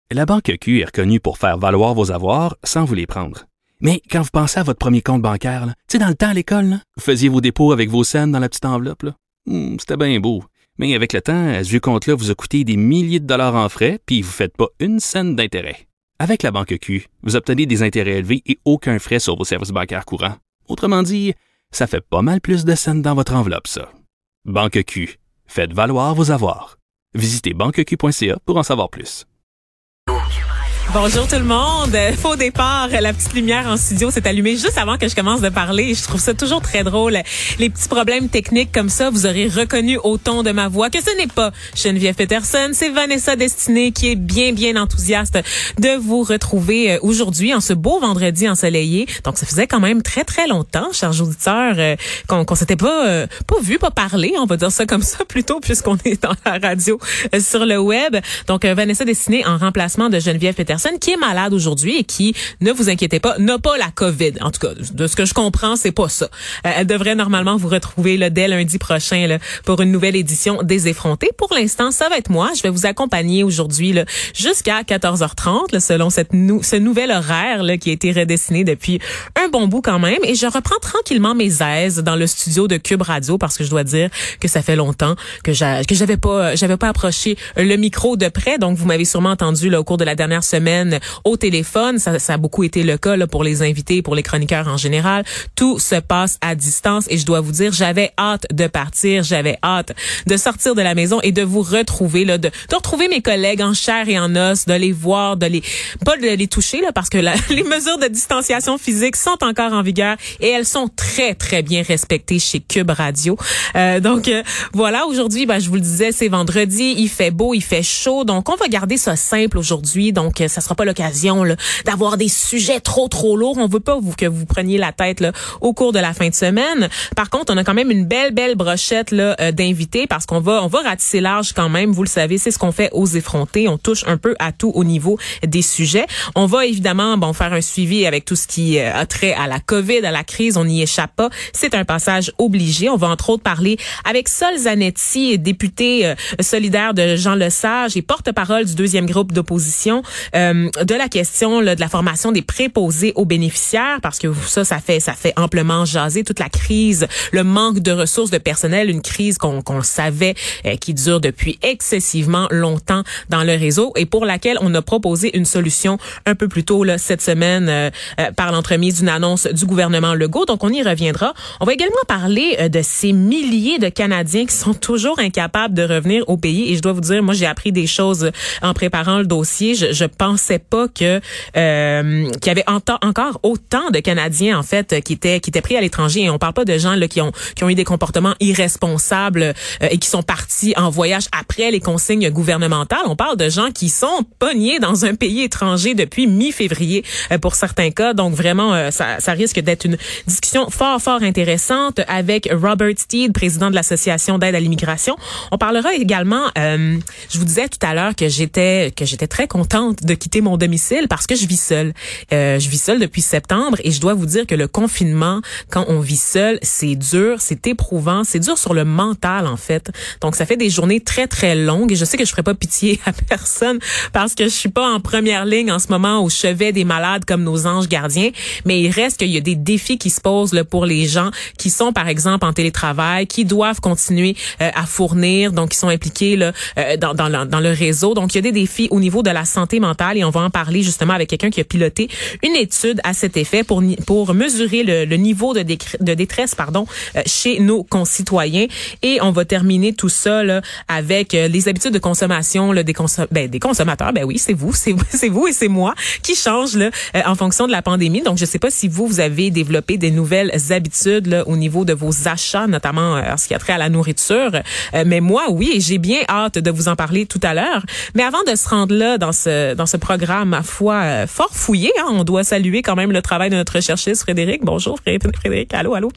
La Banque Q est reconnue pour faire valoir vos avoirs sans vous les prendre. Mais quand vous pensez à votre premier compte bancaire, tu sais, dans le temps à l'école, là, vous faisiez vos dépôts avec vos scènes dans la petite enveloppe. Là. C'était bien beau. Mais avec le temps, ce vieux compte-là vous a coûté des milliers de dollars en frais, puis vous ne faites pas une scène d'intérêt. Avec la Banque Q, vous obtenez des intérêts élevés et aucun frais sur vos services bancaires courants. Autrement dit, ça fait pas mal plus de scènes dans votre enveloppe, ça. Banque Q. Faites valoir vos avoirs. Visitez banqueq.ca pour en savoir plus. Bonjour tout le monde. Faux départ, la petite lumière en studio s'est allumée juste avant que je commence de parler. Je trouve ça toujours très drôle. Les petits problèmes techniques comme ça, vous aurez reconnu au ton de ma voix que ce n'est pas Geneviève Peterson, c'est Vanessa Destinée qui est bien enthousiaste de vous retrouver aujourd'hui en ce beau vendredi ensoleillé. Donc ça faisait quand même très longtemps, chers auditeurs, qu'on s'était pas vu, pas parlé, on va dire ça comme ça plutôt puisqu'on est dans la radio sur le web. Donc Vanessa Destinée en remplacement de Geneviève Peterson qui est malade aujourd'hui et qui, ne vous inquiétez pas, n'a pas la COVID. En tout cas, de ce que je comprends, c'est pas ça. Elle devrait normalement vous retrouver là, dès lundi prochain là, pour une nouvelle édition des Effrontés. Pour l'instant, ça va être moi. Je vais vous accompagner aujourd'hui là, jusqu'à 14h30 là, selon ce nouvel horaire là, qui a été redessiné depuis un bon bout quand même. Et je reprends tranquillement mes aises dans le studio de Cube Radio parce que je dois dire que ça fait longtemps que j'avais pas approché le micro de près. Donc, vous m'avez sûrement entendu là, au cours de la dernière semaine au téléphone. Ça a beaucoup été le cas là, pour les invités, pour les chroniqueurs en général. Tout se passe à distance et je dois vous dire, j'avais hâte de partir, j'avais hâte de sortir de la maison et de vous retrouver, là, de retrouver mes collègues en chair et en os, de les voir, pas de les toucher là, parce que les mesures de distanciation physique sont encore en vigueur et elles sont très bien respectées chez Cube Radio. Donc voilà, aujourd'hui, je vous le disais, c'est vendredi, il fait beau, il fait chaud, donc on va garder ça simple aujourd'hui. Donc ça sera pas l'occasion là, d'avoir des sujets trop lourds. On veut pas que vous preniez la tête là, au cours de la fin de semaine. Par contre, on a quand même une belle brochette là d'invités parce qu'on va ratisser large quand même. Vous le savez, c'est ce qu'on fait aux Effrontés. On touche un peu à tout au niveau des sujets. On va évidemment faire un suivi avec tout ce qui a trait à la COVID, à la crise. On n'y échappe pas. C'est un passage obligé. On va entre autres parler avec Sol Zanetti, député solidaire de Jean Lesage et porte-parole du deuxième groupe d'opposition. De la question là, de la formation des préposés aux bénéficiaires parce que ça fait amplement jaser toute la crise, le manque de ressources de personnel, une crise qu'on savait qui dure depuis excessivement longtemps dans le réseau et pour laquelle on a proposé une solution un peu plus tôt là, cette semaine par l'entremise d'une annonce du gouvernement Legault. Donc on y reviendra. On va également parler de ces milliers de Canadiens qui sont toujours incapables de revenir au pays et je dois vous dire, moi j'ai appris des choses en préparant le dossier. Je pensais pas que qu'il y avait encore autant de Canadiens en fait qui étaient pris à l'étranger et on parle pas de gens là qui ont eu des comportements irresponsables et qui sont partis en voyage après les consignes gouvernementales. On parle de gens qui sont pognés dans un pays étranger depuis mi-février pour certains cas. Donc vraiment ça risque d'être une discussion fort intéressante avec Robert Steed, président de l'association d'aide à l'immigration. On parlera également je vous disais tout à l'heure que j'étais très contente de quitter mon domicile parce que je vis seule. Je vis seule depuis septembre et je dois vous dire que le confinement, quand on vit seul, c'est dur, c'est éprouvant, c'est dur sur le mental en fait. Donc ça fait des journées très longues et je sais que je ferai pas pitié à personne parce que je suis pas en première ligne en ce moment au chevet des malades comme nos anges gardiens, mais il reste qu'il y a des défis qui se posent là, pour les gens qui sont par exemple en télétravail, qui doivent continuer à fournir, donc qui sont impliqués là, dans le réseau. Donc il y a des défis au niveau de la santé mentale et on va en parler justement avec quelqu'un qui a piloté une étude à cet effet pour mesurer le niveau de détresse chez nos concitoyens. Et on va terminer tout ça là, avec les habitudes de consommation là, des consommateurs. Ben oui, c'est vous et c'est moi qui changent là, en fonction de la pandémie. Donc je sais pas si vous avez développé des nouvelles habitudes là, au niveau de vos achats, notamment en ce qui a trait à la nourriture. Mais moi, oui, et j'ai bien hâte de vous en parler tout à l'heure. Mais avant de se rendre là dans ce programme, ma foi, fort fouillé, hein, on doit saluer quand même le travail de notre chercheuse Frédéric. Bonjour Frédéric, allô.